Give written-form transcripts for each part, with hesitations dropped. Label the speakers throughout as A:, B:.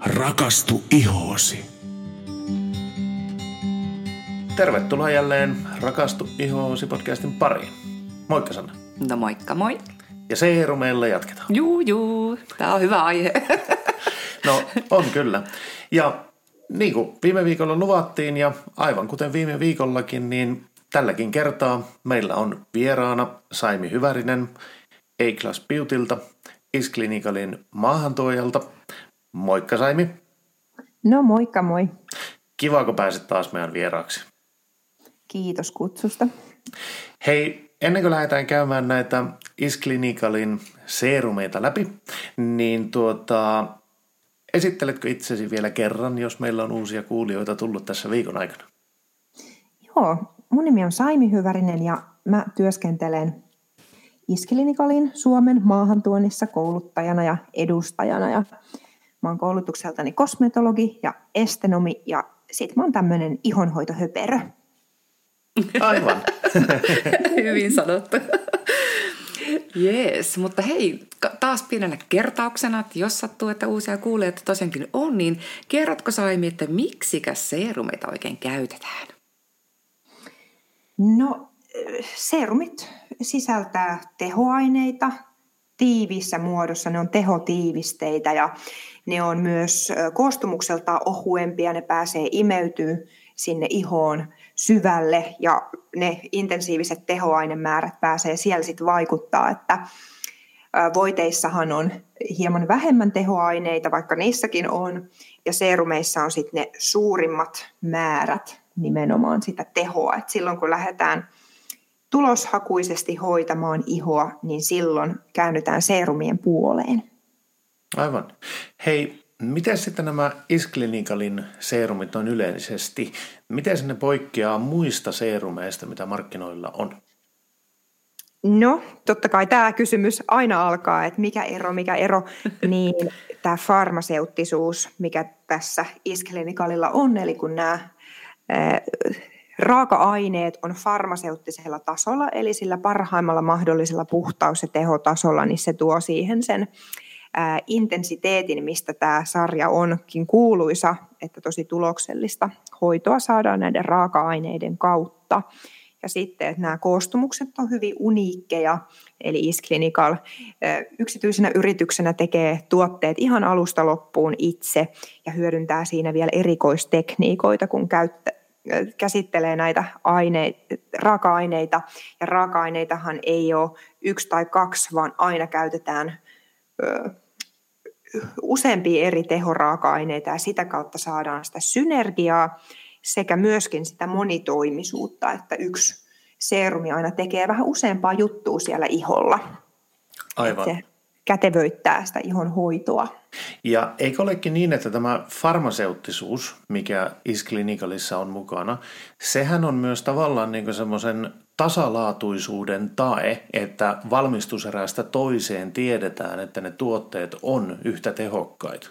A: Rakastu ihoosi. Tervetuloa jälleen Rakastu ihoosi podcastin pariin. Moikka Sanna.
B: No moikka moi.
A: Ja seerumeilla jatketaan.
B: Juu. Tää on hyvä aihe.
A: No on kyllä. Ja niin kuin viime viikolla luvattiin ja aivan kuten viime viikollakin, niin tälläkin kertaa meillä on vieraana Saimi Hyvärinen A-Class Beautyltä, Is-Clinicalin maahantuojalta. Moikka Saimi.
C: No moikka moi.
A: Kiva, kun pääsit taas meidän vieraaksi.
C: Kiitos kutsusta.
A: Hei, ennen kuin lähdetään käymään näitä Is-Clinicalin seerumeita läpi, niin esitteletkö itsesi vielä kerran, jos meillä on uusia kuulijoita tullut tässä viikon aikana?
C: Joo, mun nimi on Saimi Hyvärinen ja mä työskentelen Is-Clinicalin Suomen maahantuonnissa kouluttajana ja edustajana. Ja mä oon koulutukseltani kosmetologi ja estenomi ja sit mä oon tämmönen ihonhoitohöperö.
A: Aivan.
B: Hyvin sanottu. Jees, mutta hei, taas pienenä kertauksena, että jos sattuu, että uusia kuulijoita tosiaankin on, niin kerrotko Saimi, että miksikäs seerumeita oikein käytetään?
C: No, seerumit sisältää tehoaineita tiiviissä muodossa, ne on tehotiivisteitä ja ne on myös koostumukseltaan ohuempia, ne pääsee imeytyy sinne ihoon syvälle ja ne intensiiviset tehoainemäärät pääsee siellä sitten vaikuttaa, että voiteissahan on hieman vähemmän tehoaineita, vaikka niissäkin on, ja seerumeissa on sitten ne suurimmat määrät nimenomaan sitä tehoa, että silloin kun lähdetään tuloshakuisesti hoitamaan ihoa, niin silloin käännytään seerumien puoleen.
A: Aivan. Hei, miten sitten nämä Is-Clinicalin seerumit on yleisesti? Miten ne poikkeaa muista seerumeista, mitä markkinoilla on?
C: No, totta kai tämä kysymys aina alkaa, että mikä ero, niin tämä farmaseuttisuus, mikä tässä Is-Clinicalilla on, eli kun nämä raaka-aineet on farmaseuttisella tasolla, eli sillä parhaimmalla mahdollisella puhtaus- ja tehotasolla, niin se tuo siihen sen intensiteetin, mistä tämä sarja onkin kuuluisa, että tosi tuloksellista hoitoa saadaan näiden raaka-aineiden kautta. Ja sitten, että nämä koostumukset on hyvin uniikkeja, eli Is-Clinical yksityisenä yrityksenä tekee tuotteet ihan alusta loppuun itse ja hyödyntää siinä vielä erikoistekniikoita, kun käsittelee näitä raaka-aineita. Ja raaka-aineitahan ei ole 1 tai 2, vaan aina käytetään useampia eri tehoraaka-aineita ja sitä kautta saadaan sitä synergiaa sekä myöskin sitä monitoimisuutta, että yksi seerumi aina tekee vähän useampaa juttua siellä iholla.
A: Aivan.
C: Se kätevöittää sitä ihon hoitoa.
A: Ja eikö olekin niin, että tämä farmaseuttisuus, mikä Is-Clinicalissa on mukana, sehän on myös tavallaan niin kuin semmoisen tasalaatuisuuden tae, että valmistuserästä toiseen tiedetään, että ne tuotteet on yhtä tehokkaita.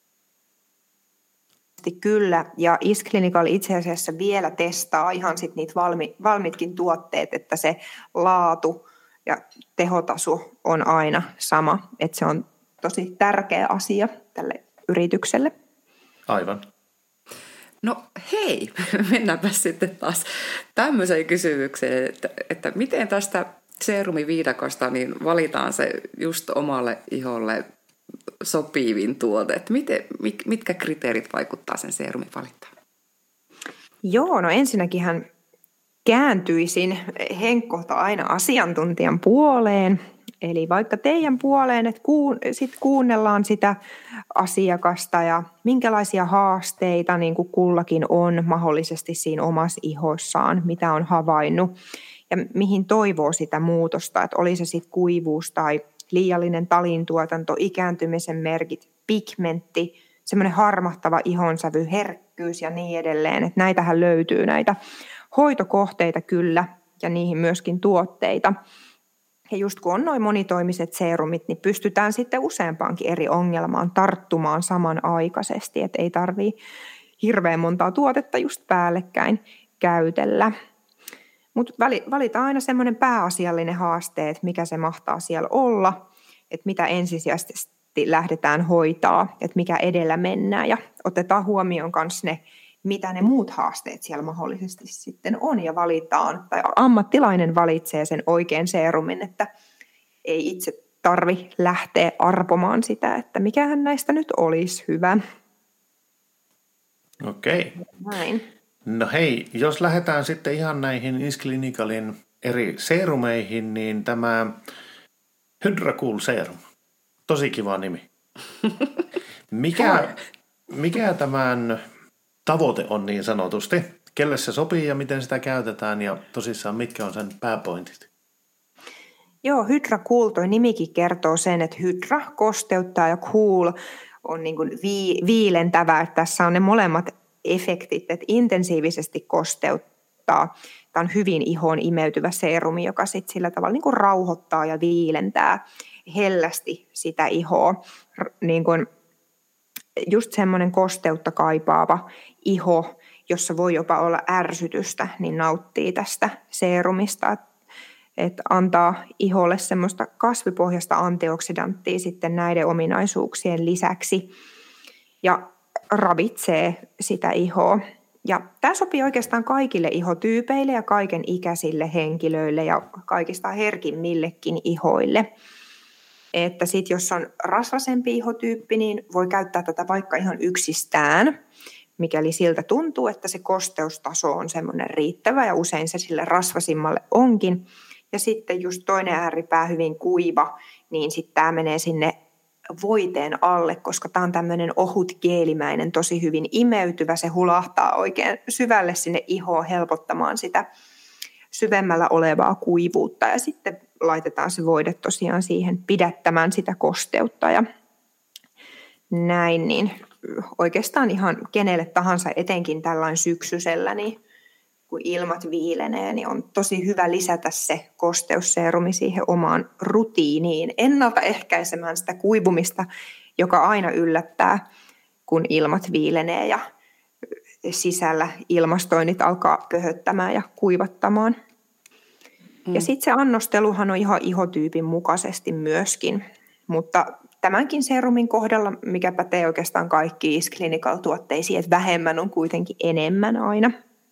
C: Kyllä, ja Is-Clinical itse asiassa vielä testaa ihan sit niitä valmiitkin tuotteet, että se laatu ja tehotaso on aina sama, että se on tosi tärkeä asia tälle yritykselle.
A: Aivan.
B: No hei, mennäänpä sitten taas tämmöiseen kysymykseen, että miten tästä seerumiviidakosta niin valitaan se just omalle iholle sopivin tuote. Että mitkä kriteerit vaikuttaa sen seerumin valintaan?
C: Joo, no ensinnäkin hän kääntyisin henkkohta aina asiantuntijan puoleen. Eli vaikka teidän puoleen, että kuunnellaan sitä asiakasta ja minkälaisia haasteita niin kuin kullakin on mahdollisesti siinä omassa ihossaan, mitä on havainnut ja mihin toivoo sitä muutosta, että oli se sitten kuivuus tai liiallinen talintuotanto, ikääntymisen merkit, pigmentti, semmoinen harmahtava ihonsävy, herkkyys ja niin edelleen. Että näitähän löytyy näitä hoitokohteita kyllä ja niihin myöskin tuotteita. Ja just kun on noin monitoimiset seerumit, niin pystytään sitten useampaankin eri ongelmaan tarttumaan samanaikaisesti. Että ei tarvitse hirveän montaa tuotetta just päällekkäin käytellä. Mutta valitaan aina semmoinen pääasiallinen haaste, että mikä se mahtaa siellä olla, että mitä ensisijaisesti mahdollisesti lähdetään hoitaa, että mikä edellä mennään ja otetaan huomioon myös ne, mitä ne muut haasteet siellä mahdollisesti sitten on ja valitaan, tai ammattilainen valitsee sen oikean seerumin, että ei itse tarvi lähteä arpomaan sitä, että mikähän näistä nyt olisi hyvä.
A: Okei.
C: Näin.
A: No hei, jos lähdetään sitten ihan näihin Isklinicalin eri seerumeihin, niin tämä Hydracool Serum. Tosi kiva nimi. Mikä tämän tavoite on niin sanotusti? Kelle se sopii ja miten sitä käytetään ja tosissaan mitkä on sen pääpointit?
C: Joo, Hydracool, toi nimikin kertoo sen, että hydra kosteuttaa ja cool on niin kuin viilentävä. Tässä on ne molemmat efektit, että intensiivisesti kosteuttaa. Tämä on hyvin ihoon imeytyvä seerumi, joka sitten sillä tavalla niin kuin rauhoittaa ja viilentää hellästi sitä ihoa. Niin kuin just semmoinen kosteutta kaipaava iho, jossa voi jopa olla ärsytystä, niin nauttii tästä seerumista. Että antaa iholle semmoista kasvipohjaista antioksidanttia sitten näiden ominaisuuksien lisäksi ja ravitsee sitä ihoa. Ja tämä sopii oikeastaan kaikille ihotyypeille ja kaiken ikäisille henkilöille ja kaikista herkimmillekin ihoille. Että sitten jos on rasvasempi ihotyyppi, niin voi käyttää tätä vaikka ihan yksistään, mikäli siltä tuntuu, että se kosteustaso on semmoinen riittävä ja usein se sille rasvasimmalle onkin. Ja sitten just toinen ääripää hyvin kuiva, niin sitten tämä menee sinne voiteen alle, koska tämä on tämmöinen ohut geelimäinen, tosi hyvin imeytyvä. Se hulahtaa oikein syvälle sinne ihoon helpottamaan sitä syvemmällä olevaa kuivuutta. Ja sitten laitetaan se voide tosiaan siihen pidättämään sitä kosteutta ja näin. Niin oikeastaan ihan kenelle tahansa, etenkin tällainen syksyisellä, niin kun ilmat viilenee, niin on tosi hyvä lisätä se kosteusseerumi siihen omaan rutiiniin, ennaltaehkäisemään sitä kuivumista, joka aina yllättää, kun ilmat viilenee ja sisällä ilmastoinnit alkaa pöhöttämään ja kuivattamaan. Ja sitten se annosteluhan on ihan ihotyypin mukaisesti myöskin, mutta tämänkin serumin kohdalla, mikä pätee oikeastaan kaikkiin Isclinical-tuotteisiin, että vähemmän on kuitenkin enemmän aina.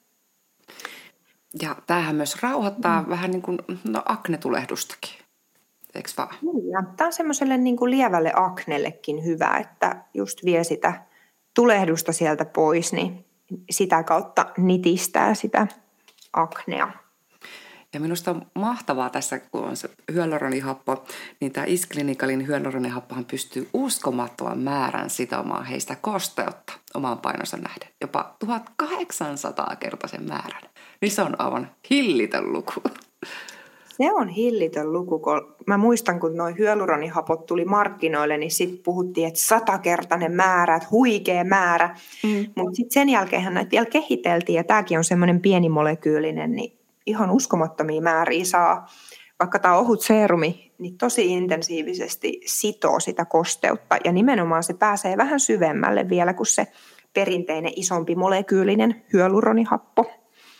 B: Ja tämähän myös rauhoittaa vähän niin kuin aknetulehdustakin, eikö vaan?
C: Tämä on semmoiselle niin kuin lievälle aknellekin hyvä, että just vie sitä tulehdusta sieltä pois, niin sitä kautta nitistää sitä aknea.
B: Ja minusta on mahtavaa tässä, kun on se hyaluronihappo, niin tämä Isclinicalin hyaluronihappohan pystyy uskomattoman määrän sitomaan heistä kosteutta omaan painonsa nähden. Jopa 1800-kertaisen määrän. Niin se on aivan hillitön luku.
C: Se on hillitön luku. Mä muistan, kun nuo hyaluronihapot tuli markkinoille, niin sitten puhuttiin, että 100-kertainen määrä, että huikea määrä. Mutta sitten sen jälkeenhän näitä vielä kehiteltiin, ja tämäkin on semmoinen pienimolekyylinen, niin ihan uskomattomia määriä saa. Vaikka tämä ohut seerumi, niin tosi intensiivisesti sitoo sitä kosteutta, ja nimenomaan se pääsee vähän syvemmälle vielä kuin se perinteinen isompi molekyylinen hyaluronihappo.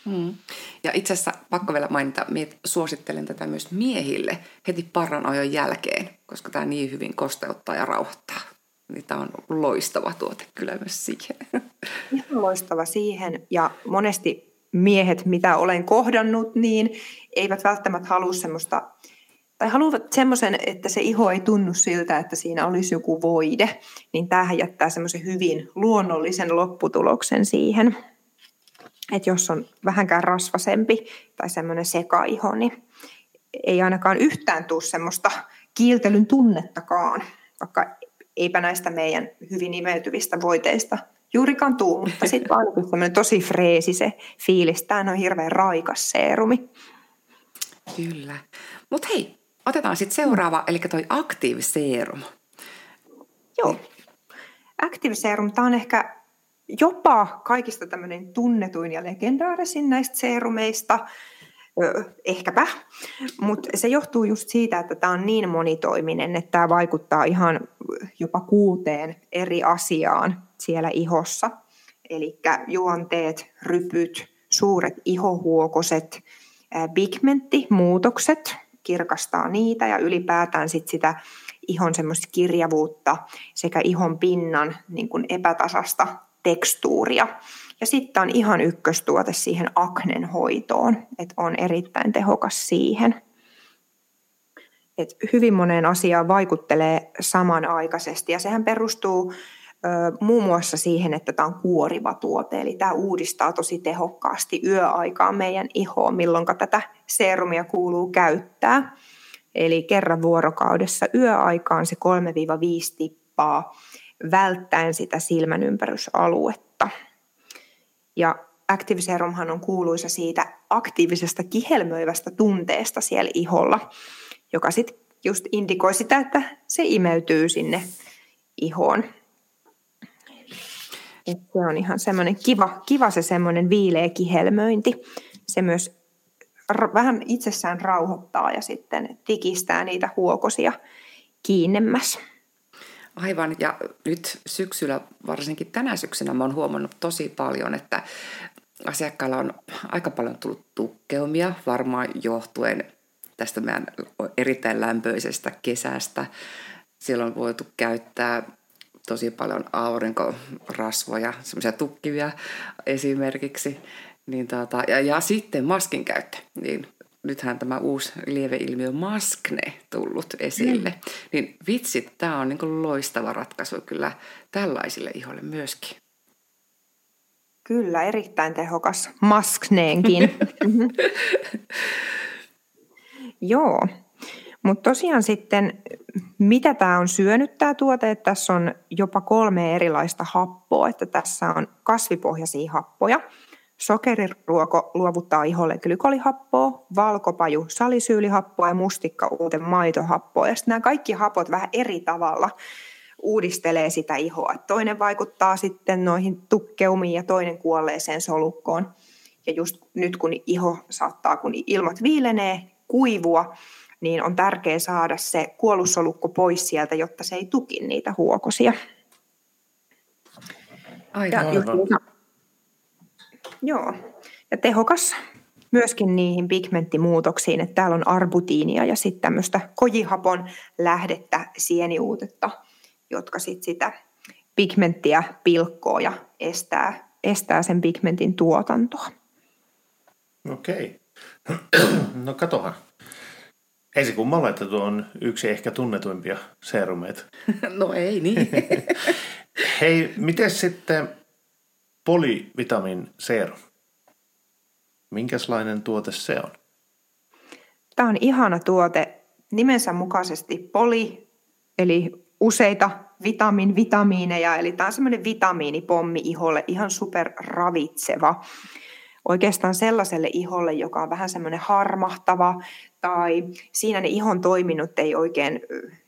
B: Ja itse asiassa pakko vielä mainita, että suosittelen tätä myös miehille heti parranajon jälkeen, koska tämä niin hyvin kosteuttaa ja rauhoittaa. Niin tämä on loistava tuote kyllä myös siihen.
C: Ihan loistava siihen, ja monesti miehet, mitä olen kohdannut, niin eivät välttämättä halua semmoista, tai haluavat semmoisen, että se iho ei tunnu siltä, että siinä olisi joku voide, niin tämähän jättää semmoisen hyvin luonnollisen lopputuloksen siihen. Että jos on vähänkään rasvasempi tai semmoinen sekaiho, niin ei ainakaan yhtään tule semmoista kiiltelyn tunnettakaan, vaikka eipä näistä meidän hyvin imeytyvistä voiteista juurikaan tuu, mutta sitten ainakin semmoinen tosi freesi se fiilis. Tämä on hirveän raikas seerumi.
B: Kyllä. Mutta hei, otetaan sitten seuraava, eli toi Active Serum.
C: Joo. Active Serum, tämä on ehkä jopa kaikista tämmöinen tunnetuin ja legendaarisin näistä seerumeista, ehkäpä, mutta se johtuu just siitä, että tämä on niin monitoiminen, että tämä vaikuttaa ihan jopa 6 eri asiaan siellä ihossa. Eli juonteet, rypyt, suuret ihohuokoset, pigmenttimuutokset, kirkastaa niitä ja ylipäätään sit sitä ihon semmoista kirjavuutta sekä ihon pinnan niin kuin epätasasta tekstuuria. Ja sitten on ihan ykköstuote siihen aknen hoitoon, että on erittäin tehokas siihen. Et hyvin moneen asiaan vaikuttelee samanaikaisesti ja sehän perustuu muun muassa siihen, että tämä on kuoriva tuote, eli tämä uudistaa tosi tehokkaasti yöaikaan meidän ihoa, milloin tätä seerumia kuuluu käyttää. Eli kerran vuorokaudessa yöaikaan se 3-5 tippaa välttäen sitä silmän ympärysaluetta. Ja Active Serumhan on kuuluisa siitä aktiivisesta kihelmöivästä tunteesta siellä iholla, joka sitten just indikoi sitä, että se imeytyy sinne ihoon. Et se on ihan semmoinen kiva se semmoinen viileä kihelmöinti. Se myös vähän itsessään rauhoittaa ja sitten tikistää niitä huokosia kiinnemmäs.
B: Aivan, ja nyt syksyllä, varsinkin tänä syksynä, mä oon huomannut tosi paljon, että asiakkailla on aika paljon tullut tukkeumia, varmaan johtuen tästä meidän erittäin lämpöisestä kesästä. Siellä on voitu käyttää tosi paljon aurinkorasvoja, semmoisia tukkivia esimerkiksi. Niin ja sitten maskin käyttö. Niin nythän tämä uusi lieveilmiö maskne tullut esille. Niin vitsit, tämä on niin kuin loistava ratkaisu kyllä tällaisille ihoille myöskin.
C: Kyllä, erittäin tehokas maskneenkin. Joo, mutta tosiaan sitten, mitä tämä on syönyt tämä tuote, että tässä on jopa 3 erilaista happoa, että tässä on kasvipohjaisia happoja. Sokeriruoko luovuttaa iholle glykolihappoa, valkopaju salisyylihappoa ja mustikka uuten maitohappoa. Ja sitten nämä kaikki hapot vähän eri tavalla uudistelee sitä ihoa. Toinen vaikuttaa sitten noihin tukkeumiin ja toinen kuolleeseen solukkoon. Ja just nyt kun iho saattaa, kun ilmat viilenee, kuivua, niin on tärkeää saada se kuollussolukko pois sieltä, jotta se ei tuki niitä huokosia.
B: Aivan.
C: Joo, ja tehokas myöskin niihin pigmenttimuutoksiin, että täällä on arbutiinia ja sitten tämmöistä kojihapon lähdettä, sieniuutetta, jotka sitten sitä pigmenttiä pilkkoo ja estää sen pigmentin tuotantoa.
A: Okei. No katohan. Ei se kummalla, että tuo on yksi ehkä tunnetuimpia seerumeita.
B: No ei niin.
A: Hei, miten sitten polyvitamin seerum? Minkälainen tuote se on?
C: Tämä on ihana tuote, nimensä mukaisesti poly, eli useita vitamiineja, eli tämä on semmoinen vitamiinipommi iholle, ihan superravitseva. Oikeastaan sellaiselle iholle, joka on vähän semmoinen harmahtava, tai siinä ne ihon toiminnot ei oikein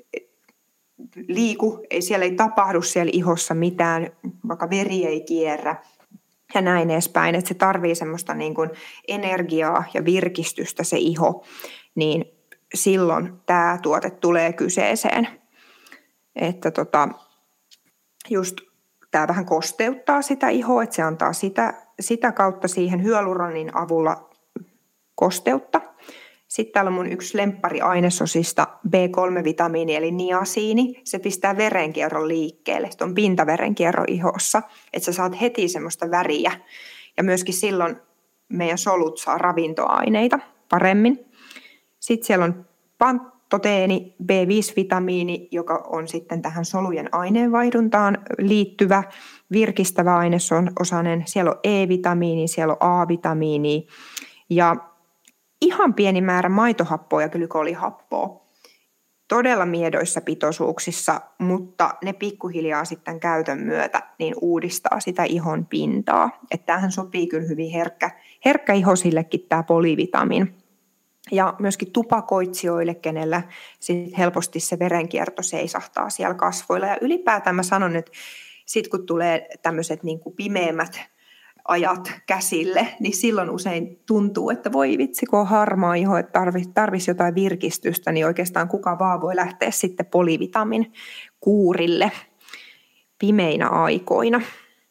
C: liiku, siellä ei tapahdu siellä ihossa mitään, vaikka veri ei kierrä ja näin edespäin, että se tarvii semmoista niin kuin energiaa ja virkistystä se iho, niin silloin tämä tuote tulee kyseeseen. Että just tämä vähän kosteuttaa sitä ihoa, että se antaa sitä kautta siihen hyaluronin avulla kosteutta. Sitten täällä on mun yksi lemppariainesosista B3-vitamiini eli niasiini. Se pistää verenkierron liikkeelle. Se on pintaverenkierro ihossa, että sä saat heti semmoista väriä. Ja myöskin silloin meidän solut saa ravintoaineita paremmin. Sitten siellä on pantoteeni B5-vitamiini, joka on sitten tähän solujen aineenvaihduntaan liittyvä virkistävä ainesosainen. Siellä on E-vitamiini, siellä on A-vitamiini ja ihan pieni määrä maitohappoa ja glykolihappoa. Todella miedoissa pitoisuuksissa, mutta ne pikkuhiljaa sitten käytön myötä niin uudistaa sitä ihon pintaa. Että tämähän sopii kyllä hyvin herkkä ihosillekin tämä polyvitamin. Ja myöskin tupakoitsijoille, kenellä sit helposti se verenkierto seisahtaa siellä kasvoilla. Ja ylipäätään mä sanon, että sitten kun tulee tämmöiset niin kuin pimeämmät ajat käsille, niin silloin usein tuntuu, että voi vitsi, kun on harmaa iho, että tarvitsisi jotain virkistystä, niin oikeastaan kuka vaan voi lähteä sitten polyvitamin kuurille pimeinä aikoina.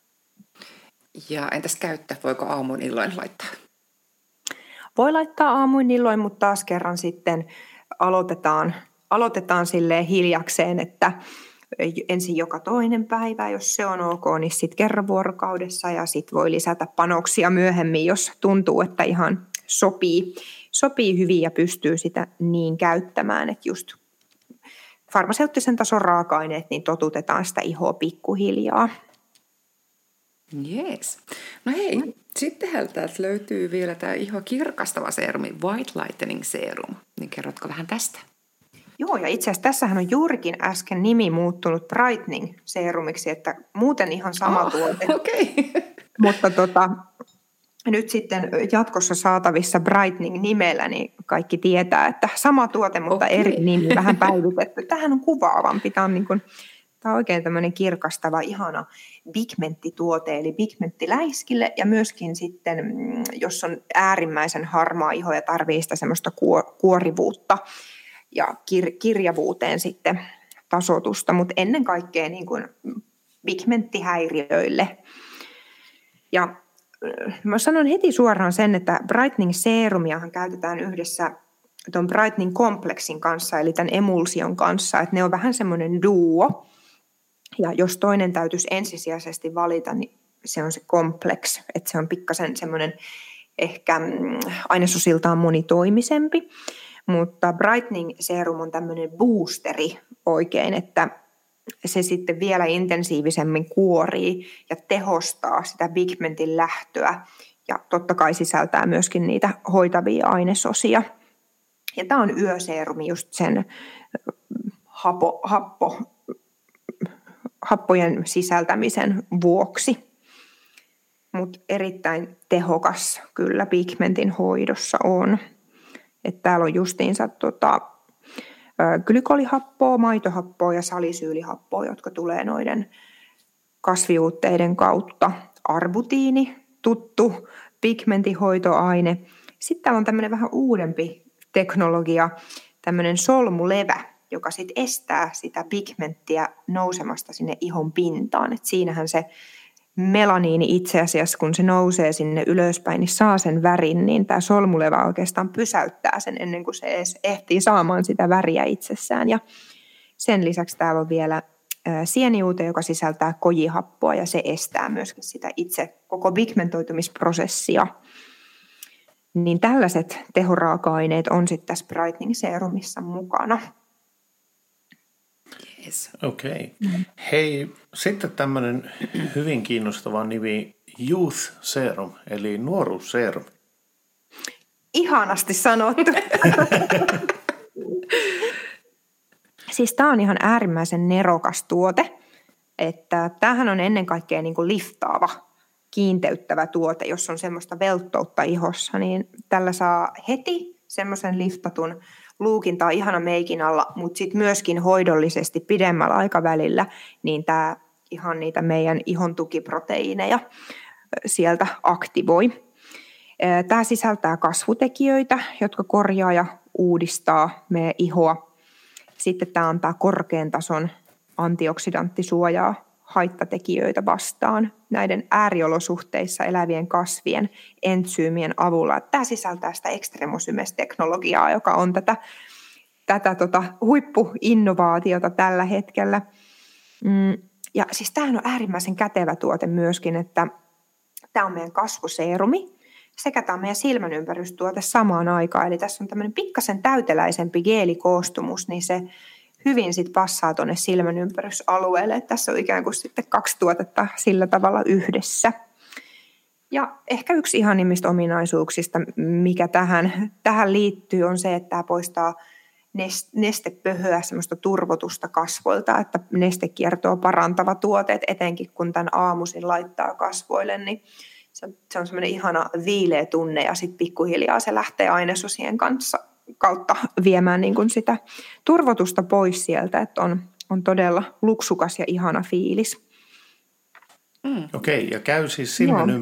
B: Ja entäs käyttää, voiko aamuin illoin laittaa?
C: Voi laittaa aamuin illoin, mutta taas kerran sitten aloitetaan aloitetaan silleen hiljakseen, että ensin joka toinen päivä, jos se on ok, niin sitten kerran vuorokaudessa ja sitten voi lisätä panoksia myöhemmin, jos tuntuu, että ihan sopii hyvin ja pystyy sitä niin käyttämään, että just farmaseuttisen tason raaka-aineet, niin totutetaan sitä ihoa pikkuhiljaa.
B: Jees. No hei, sittenhän täältä löytyy vielä tämä ihoa kirkastava seerumi, White Lightening Serum. Niin kerrotko vähän tästä?
C: Joo, ja itse asiassa tässähän on juurikin äsken nimi muuttunut Brightening Serumiksi, että muuten ihan sama tuote.
B: Okei.
C: Mutta nyt sitten jatkossa saatavissa Brightening-nimellä, niin kaikki tietää, että sama tuote, mutta eri nimi, vähän päivitetty. Tämähän on kuvaavampi. Tämä on oikein tämmöinen kirkastava, ihana pigmenttituote, eli pigmenttiläiskille. Ja myöskin sitten, jos on äärimmäisen harmaa iho ja tarvitsee sitä semmoista kuorivuutta ja kirjavuuteen sitten tasotusta, mutta ennen kaikkea niin kuin pigmenttihäiriöille. Ja mä sanon heti suoraan sen, että Brightening Serumiahan käytetään yhdessä tuon Brightening Complexin kanssa, eli tämän emulsion kanssa, että ne on vähän semmoinen duo. Ja jos toinen täytyisi ensisijaisesti valita, niin se on se Complex, että se on pikkasen semmoinen ehkä ainesosiltaan monitoimisempi. Mutta Brightening Serum on tämmöinen boosteri oikein, että se sitten vielä intensiivisemmin kuorii ja tehostaa sitä pigmentin lähtöä ja totta kai sisältää myöskin niitä hoitavia ainesosia. Ja tämä on yöseerumi just sen happojen sisältämisen vuoksi, mutta erittäin tehokas kyllä pigmentin hoidossa on. Että täällä on justiinsa glykolihappoa, maitohappoa ja salisyylihappoa, jotka tulee noiden kasviuutteiden kautta. Arbutiini, tuttu pigmentihoitoaine. Sitten täällä on tämmöinen vähän uudempi teknologia, tämmöinen solmulevä, joka sitten estää sitä pigmenttiä nousemasta sinne ihon pintaan. Et siinähän se melaniini itse asiassa, kun se nousee sinne ylöspäin, niin saa sen värin, niin tämä solmulevä oikeastaan pysäyttää sen ennen kuin se edes ehtii saamaan sitä väriä itsessään. Ja sen lisäksi täällä on vielä sieniuute, joka sisältää kojihappoa ja se estää myöskin sitä itse koko pigmentoitumisprosessia. Niin tällaiset tehoraaka-aineet on sitten tässä Brightening Serumissa mukana.
B: Yes.
A: Okei. Hei, sitten tämmöinen hyvin kiinnostava nimi Youth Serum, eli nuoruusserum.
C: Ihanasti sanottu. Siis tämä on ihan äärimmäisen nerokas tuote, että tämähän on ennen kaikkea niin kuin liftaava, kiinteyttävä tuote, jos on semmoista velttoutta ihossa, niin tällä saa heti semmoisen liftatun luukin tai ihana meikin alla, mutta sitten myöskin hoidollisesti pidemmällä aikavälillä, niin tämä ihan niitä meidän ihon tukiproteiineja sieltä aktivoi. Tämä sisältää kasvutekijöitä, jotka korjaa ja uudistaa meidän ihoa. Sitten tämä antaa korkean tason antioksidanttisuojaa haittatekijöitä vastaan näiden ääriolosuhteissa elävien kasvien entsyymien avulla. Tämä sisältää sitä Extremosymes-teknologiaa, joka on tätä huippuinnovaatiota tällä hetkellä. Ja siis tämähän on äärimmäisen kätevä tuote myöskin, että tämä on meidän kasvuseerumi sekä tämä on meidän silmänympärystuote samaan aikaan. Eli tässä on tämmöinen pikkasen täyteläisempi geelikoostumus, niin se hyvin sit passaa tuonne silmänympärysalueelle. Että tässä on ikään kuin sitten 2 tuotetta sillä tavalla yhdessä. Ja ehkä yksi ihanimmista ominaisuuksista, mikä tähän liittyy, on se, että tämä poistaa nestepöhöä, semmoista turvotusta kasvoilta, että nestekiertoa parantava tuote, että etenkin kun tämän aamuisin laittaa kasvoille, niin se on semmoinen ihana viileä tunne ja sitten pikkuhiljaa se lähtee ainesosien kautta viemään niin kuin sitä turvotusta pois sieltä, että on todella luksukas ja ihana fiilis.
A: Okei, ja käy siis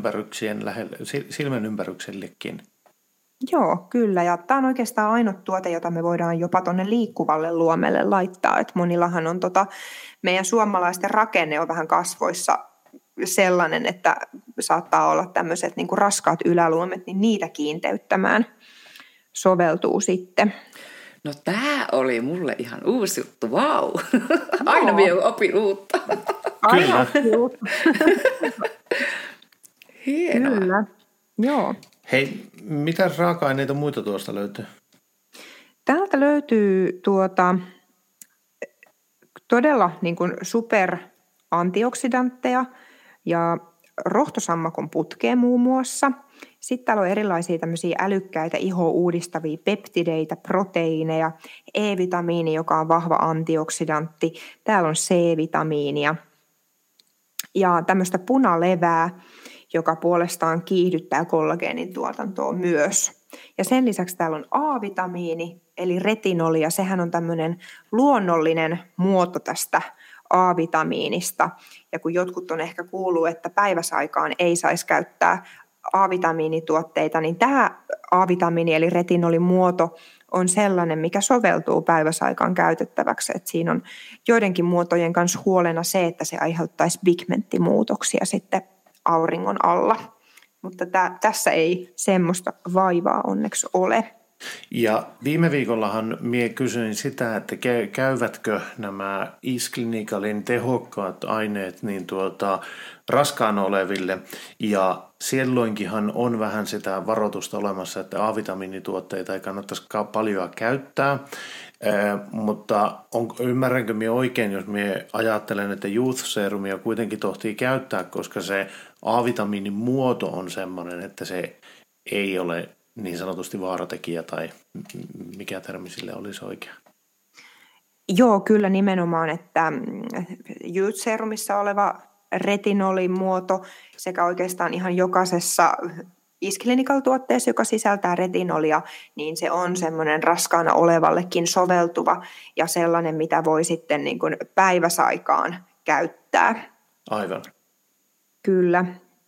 A: silmänympäryksillekin.
C: Joo, kyllä. Ja tämä on oikeastaan ainut tuote, jota me voidaan jopa tuonne liikkuvalle luomelle laittaa. Et monillahan on meidän suomalaisten rakenne on vähän kasvoissa sellainen, että saattaa olla tämmöiset niin kuin raskaat yläluomet, niin niitä kiinteyttämään soveltuu sitten.
B: No tää oli mulle ihan uusi juttu, vau! Aina minä opin uutta.
A: Kyllä.
B: Hienoa.
C: Kyllä, joo.
A: Hei, mitä raaka-aineita muita tuosta löytyy?
C: Täältä löytyy todella niin kuin superantioksidantteja ja rohtosammakon putkea muun muassa. Sitten täällä on erilaisia tämmöisiä älykkäitä ihoa uudistavia peptideitä, proteiineja, E-vitamiini, joka on vahva antioksidantti. Täällä on C-vitamiinia ja tämmöistä punalevää, joka puolestaan kiihdyttää kollageenin tuotantoa myös. Ja sen lisäksi täällä on A-vitamiini, eli retinoli, ja sehän on tämmöinen luonnollinen muoto tästä A-vitamiinista. Ja kun jotkut on ehkä kuullut, että päiväsaikaan ei saisi käyttää A-vitamiinituotteita, niin tämä A-vitamiini eli retinolin muoto on sellainen, mikä soveltuu päiväsaikaan käytettäväksi. Et siinä on joidenkin muotojen kanssa huolena se, että se aiheuttaisi pigmenttimuutoksia sitten auringon alla. Mutta tässä ei semmoista vaivaa onneksi ole.
A: Ja viime viikollahan minä kysyin sitä, että käyvätkö nämä Isklinicalin tehokkaat aineet niin raskaana oleville. Ja silloinkinhan on vähän sitä varoitusta olemassa, että A-vitamiinituotteita ei kannattaisi paljon käyttää. Mutta ymmärränkö minä oikein, jos minä ajattelen, että Youth Serumia kuitenkin tohtii käyttää, koska se A-vitamiinin muoto on sellainen, että se ei ole niin sanotusti vaaratekijä tai mikä termi sille olisi oikea?
C: Joo, kyllä nimenomaan, että Youth Serumissa oleva retinolin muoto sekä oikeastaan ihan jokaisessa Isklinikal-tuotteessa, joka sisältää retinolia, niin se on semmoinen raskaana olevallekin soveltuva ja sellainen, mitä voi sitten niin kuin päiväsaikaan käyttää.
A: Aivan.
C: Kyllä.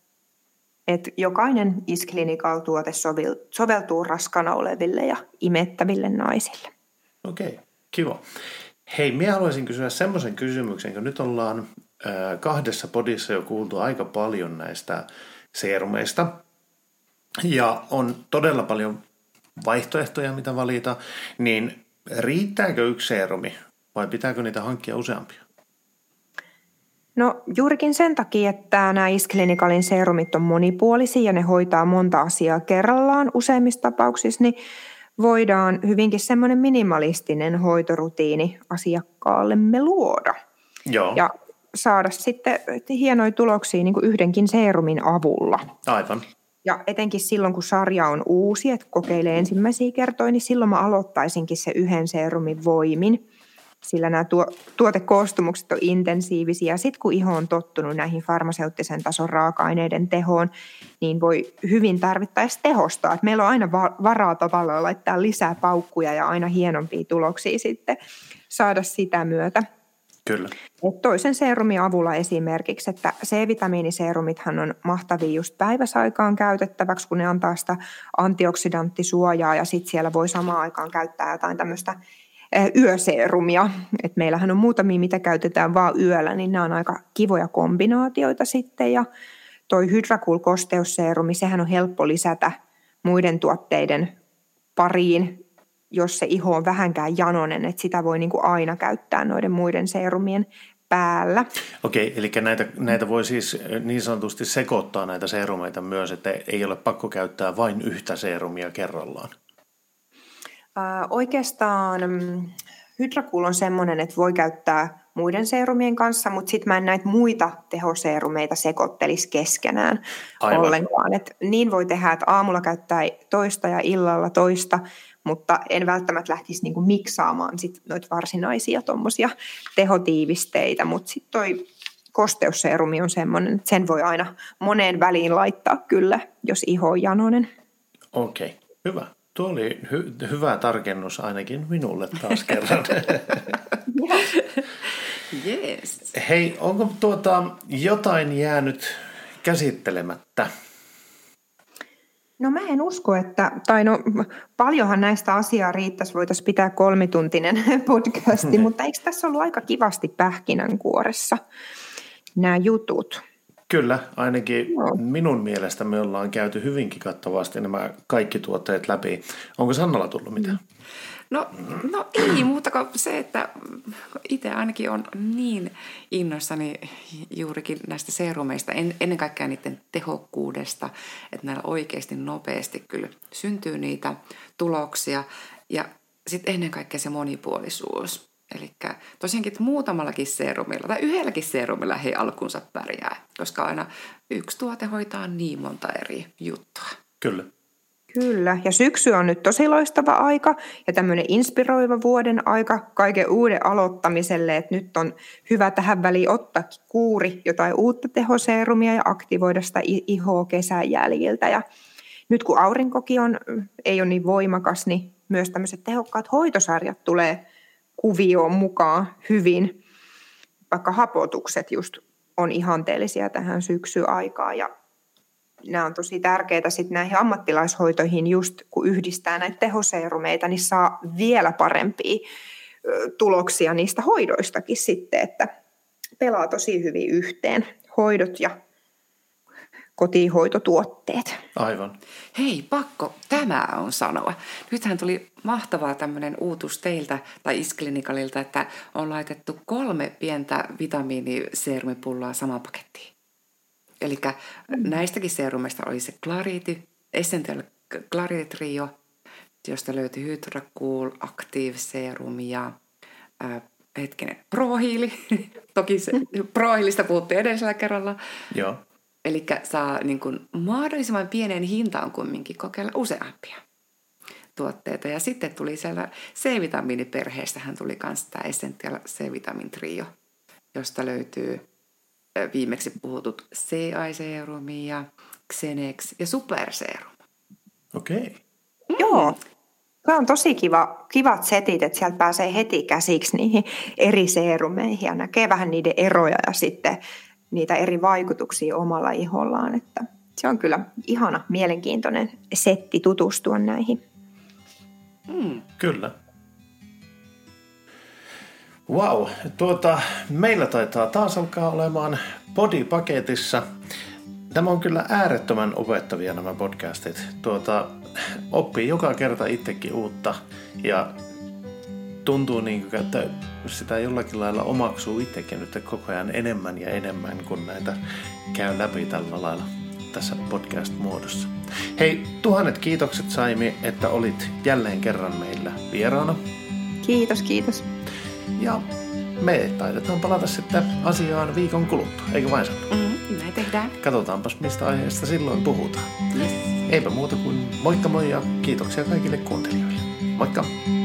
C: Et jokainen Isklinikal-tuote soveltuu raskaana oleville ja imettäville naisille.
A: Okei, kiva. Hei, minä haluaisin kysyä semmoisen kysymyksen, kun nyt ollaan 2 podissa jo kuultu aika paljon näistä seerumeista. Ja on todella paljon vaihtoehtoja, mitä valita. Niin riittääkö yksi seerumi vai pitääkö niitä hankkia useampia?
C: No juurikin sen takia, että nämä Isklinicalin seerumit on monipuolisia ja ne hoitaa monta asiaa kerrallaan useimmissa tapauksissa, niin voidaan hyvinkin semmoinen minimalistinen hoitorutiini asiakkaallemme luoda.
A: Joo.
C: Ja saada sitten hienoja tuloksia niin kuin yhdenkin seerumin avulla.
A: Aivan.
C: Ja etenkin silloin, kun sarja on uusi, että kokeilee ensimmäisiä kertoja, niin silloin mä aloittaisinkin se yhden seerumin voimin. Sillä nämä tuotekoostumukset on intensiivisiä. Sitten kun iho on tottunut näihin farmaseuttisen tason raaka-aineiden tehoon, niin voi hyvin tarvittaessa tehostaa. Et meillä on aina varaa tavallaan laittaa lisää paukkuja ja aina hienompia tuloksia sitten saada sitä myötä.
A: Kyllä.
C: Et toisen seerumin avulla esimerkiksi, että C-vitamiiniseerumithan on mahtavia just päiväsaikaan käytettäväksi, kun ne antaa sitä antioksidanttisuojaa ja sitten siellä voi samaan aikaan käyttää jotain tämmöistä yöseerumia. Et meillähän on muutamia, mitä käytetään vaan yöllä, niin nämä on aika kivoja kombinaatioita sitten. Ja toi Hydracool-kosteusseerumi, sehän on helppo lisätä muiden tuotteiden pariin, jos se iho on vähänkään janoinen, että sitä voi niin kuin aina käyttää noiden muiden seerumien päällä.
A: Okei, eli näitä voi siis niin sanotusti sekoittaa näitä seerumeita myös, että ei ole pakko käyttää vain yhtä seerumia kerrallaan.
C: Oikeastaan Hydracool on semmoinen, että voi käyttää muiden seerumien kanssa, mutta sitten mä en näitä muita tehoseerumeita sekoittelisi keskenään ollenkaan. Et niin voi tehdä, että aamulla käyttää toista ja illalla toista, mutta en välttämättä lähtisi niinku miksaamaan sit noita varsinaisia tommosia tehotiivisteitä, mutta sitten toi kosteusseerumi on semmoinen, että sen voi aina moneen väliin laittaa kyllä, jos iho on janoinen.
A: Okei, hyvä. Tuo oli hyvä tarkennus ainakin minulle taas kerran.
B: Yes.
A: Hei, onko jotain jäänyt käsittelemättä?
C: No mä en usko, että, paljonhan näistä asiaa riittäisi, voitaisiin pitää 3-tuntinen podcasti, mutta eikö tässä ollut aika kivasti pähkinänkuoressa nämä jutut?
A: Kyllä, ainakin minun mielestä me ollaan käyty hyvinkin kattavasti nämä kaikki tuotteet läpi. Onko Sannalla tullut mitään?
B: No ei muuta kuin se, että itse ainakin on niin innoissani juurikin näistä seerumeista, ennen kaikkea niiden tehokkuudesta, että näillä oikeasti nopeasti kyllä syntyy niitä tuloksia ja sitten ennen kaikkea se monipuolisuus. Eli tosiaankin muutamallakin seerumilla tai yhdelläkin seerumilla he alkuunsa pärjää, koska aina yksi tuote hoitaa niin monta eri juttua.
A: Kyllä.
C: Kyllä, ja syksy on nyt tosi loistava aika ja tämmöinen inspiroiva vuoden aika kaiken uuden aloittamiselle, että nyt on hyvä tähän väliin ottaa kuuri jotain uutta tehoseerumia ja aktivoida sitä ihoa kesän jäljiltä. Ja nyt kun aurinkokin ei ole niin voimakas, niin myös tämmöiset tehokkaat hoitosarjat tulee kuvioon mukaan hyvin, vaikka hapotukset just on ihanteellisia tähän syksyaikaan ja nämä on tosi tärkeitä sitten näihin ammattilaishoitoihin, just kun yhdistää näitä tehoseerumeita, niin saa vielä parempia tuloksia niistä hoidoistakin sitten, että pelaa tosi hyvin yhteen hoidot ja kotihoitotuotteet.
A: Aivan.
B: Hei, pakko tämä on sanoa. Nythän tuli mahtavaa tämmöinen uutus teiltä tai Isklinikalilta, että on laitettu 3 pientä vitamiiniseerumipulloa samaan pakettiin. Eli näistäkin seerumeista oli se Essential Clarity Trio, josta löytyi Hydra Cool Active Serum ja ProHeal. Toki se ProHealista puhuttiin edellisellä kerralla.
A: Joo.
B: Eli saa niin kuin mahdollisimman pienen hintaan kumminkin kokeilla useampia tuotteita. Ja sitten tuli siellä C-vitamiiniperheestähän tuli myös tämä Essential C-vitamin Trio, josta löytyy viimeksi puhutut CI-seerumi ja Xenex ja Superserum.
A: Okei.
C: Joo. Se on tosi kivat setit, että sieltä pääsee heti käsiksi niihin eri seerumeihin ja näkee vähän niiden eroja ja sitten niitä eri vaikutuksia omalla ihollaan. Että se on kyllä ihana, mielenkiintoinen setti tutustua näihin.
A: Kyllä. Vau, meillä taitaa taas alkaa olemaan Podi-paketissa. Nämä on kyllä äärettömän opettavia nämä podcastit. Oppii joka kerta itsekin uutta ja tuntuu niin kuin, että sitä jollakin lailla omaksuu itsekin nyt koko ajan enemmän ja enemmän, kun näitä käy läpi tällä lailla tässä podcast-muodossa. Hei, 1000 kiitokset Saimi, että olit jälleen kerran meillä vieraana.
C: Kiitos.
A: Ja me taidetaan palata sitten asiaan viikon kuluttua, eikö vain sano?
B: Näin tehdään.
A: Katsotaanpas, mistä aiheesta silloin puhutaan.
B: Yes.
A: Eipä muuta kuin moikka moi ja kiitoksia kaikille kuuntelijoille. Moikka!